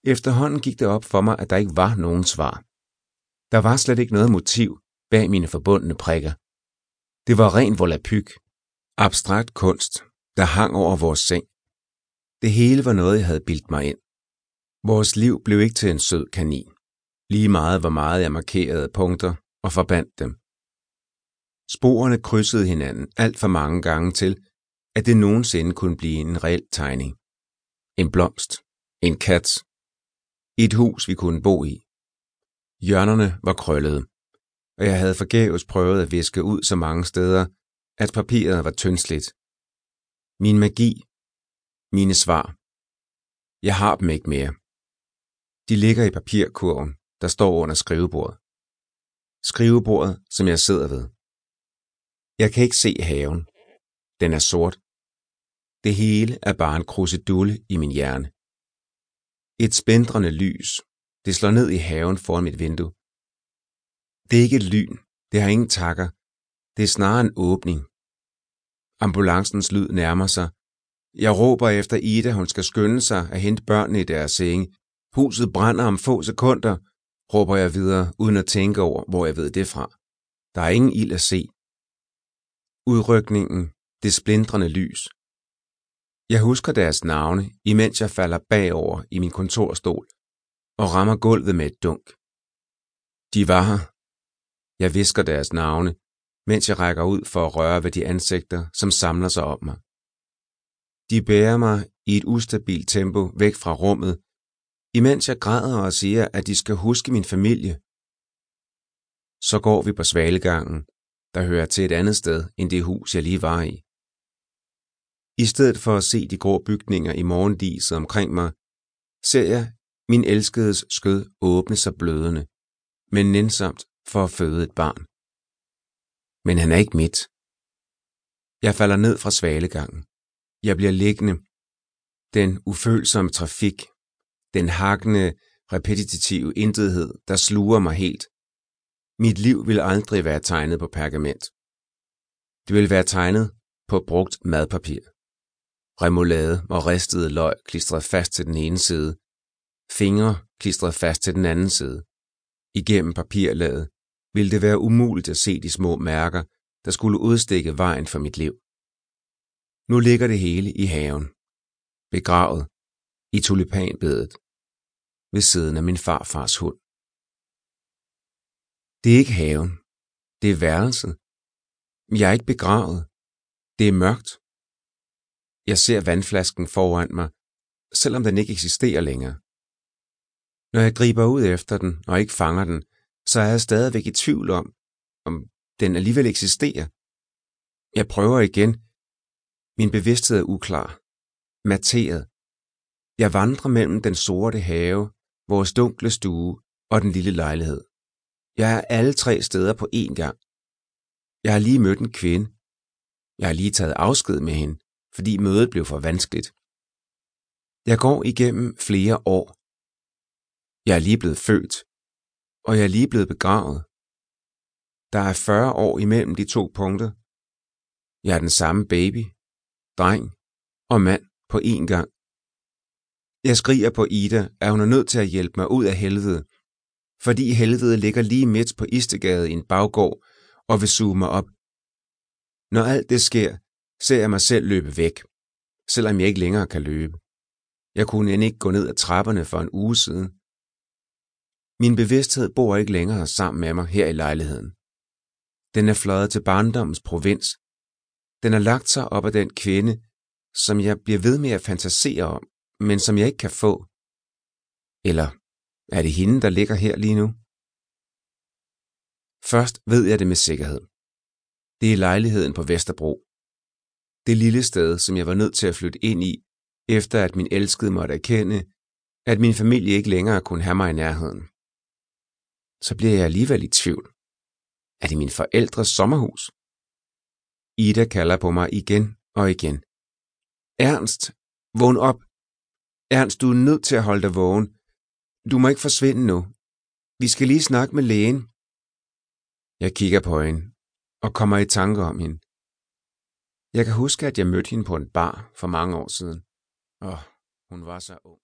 Efterhånden gik det op for mig, at der ikke var nogen svar. Der var slet ikke noget motiv bag mine forbundne prikker. Det var ren volapyk, abstrakt kunst, der hang over vores seng. Det hele var noget, jeg havde bildt mig ind. Vores liv blev ikke til en sød kanin. Lige meget hvor meget jeg markerede punkter og forbandt dem. Sporene krydsede hinanden alt for mange gange til, at det nogensinde kunne blive en reel tegning. En blomst, en kat, et hus vi kunne bo i. Hjørnerne var krøllede, og jeg havde forgæves prøvet at viske ud så mange steder, at papiret var tyndslidt. Min magi, mine svar. Jeg har dem ikke mere. De ligger i papirkurven, der står under skrivebordet. Skrivebordet, som jeg sidder ved. Jeg kan ikke se haven. Den er sort. Det hele er bare en krusedulle i min hjerne. Et spindrende lys. Det slår ned i haven foran mit vindue. Det er ikke et lyn. Det har ingen takker. Det er snarere en åbning. Ambulancens lyd nærmer sig. Jeg råber efter Ida, hun skal skynde sig at hente børnene i deres senge. Huset brænder om få sekunder, råber jeg videre, uden at tænke over, hvor jeg ved det fra. Der er ingen ild at se. Udrykningen, det splintrende lys. Jeg husker deres navne, imens jeg falder bagover i min kontorstol og rammer gulvet med et dunk. De var her. Jeg hvisker deres navne, mens jeg rækker ud for at røre ved de ansigter, som samler sig om mig. De bærer mig i et ustabilt tempo væk fra rummet, imens jeg græder og siger, at de skal huske min familie. Så går vi på svalegangen, der hører til et andet sted end det hus, jeg lige var i. I stedet for at se de grå bygninger i morgendiset omkring mig, ser jeg min elskedes skød åbne sig blødende, men nænsomt for at føde et barn. Men han er ikke mit. Jeg falder ned fra svalegangen. Jeg bliver liggende. Den ufølsomme trafik, den hakkende, repetitive intethed, der sluger mig helt. Mit liv vil aldrig være tegnet på pergament. Det vil være tegnet på brugt madpapir. Remoulade og ristede løg klistret fast til den ene side. Fingre klistret fast til den anden side. Igennem papirlaget ville det være umuligt at se de små mærker, der skulle udstikke vejen for mit liv. Nu ligger det hele i haven. Begravet i tulipanbedet ved siden af min farfars hund. Det er ikke haven. Det er værelset. Jeg er ikke begravet. Det er mørkt. Jeg ser vandflasken foran mig, selvom den ikke eksisterer længere. Når jeg griber ud efter den og ikke fanger den, så er jeg stadigvæk i tvivl om den alligevel eksisterer. Jeg prøver igen. Min bevidsthed er uklar. Materet. Jeg vandrer mellem den sorte have, vores dunkle stue og den lille lejlighed. Jeg er alle 3 steder på én gang. Jeg har lige mødt en kvinde. Jeg har lige taget afsked med hende, fordi mødet blev for vanskeligt. Jeg går igennem flere år. Jeg er lige blevet født, og jeg er lige blevet begravet. Der er 40 år imellem de 2 punkter. Jeg er den samme baby, dreng og mand på én gang. Jeg skriger på Ida, at hun er nødt til at hjælpe mig ud af helvede, fordi helvede ligger lige midt på Istegade i en baggård og vil suge mig op. Når alt det sker, ser jeg mig selv løbe væk, selvom jeg ikke længere kan løbe. Jeg kunne end ikke gå ned ad trapperne for en uge siden. Min bevidsthed bor ikke længere sammen med mig her i lejligheden. Den er fløjet til barndommens provins. Den har lagt sig op af den kvinde, som jeg bliver ved med at fantasere om, men som jeg ikke kan få. Eller er det hende, der ligger her lige nu? Først ved jeg det med sikkerhed. Det er lejligheden på Vesterbro. Det lille sted, som jeg var nødt til at flytte ind i, efter at min elskede måtte erkende, at min familie ikke længere kunne have mig i nærheden. Så bliver jeg alligevel i tvivl. Er det mine forældres sommerhus? Ida kalder på mig igen og igen. Ernst, vågn op. Ernst, du er nødt til at holde dig vågen. Du må ikke forsvinde nu. Vi skal lige snakke med lægen. Jeg kigger på hende og kommer i tanke om hende. Jeg kan huske, at jeg mødte hende på en bar for mange år siden. Hun var så ung.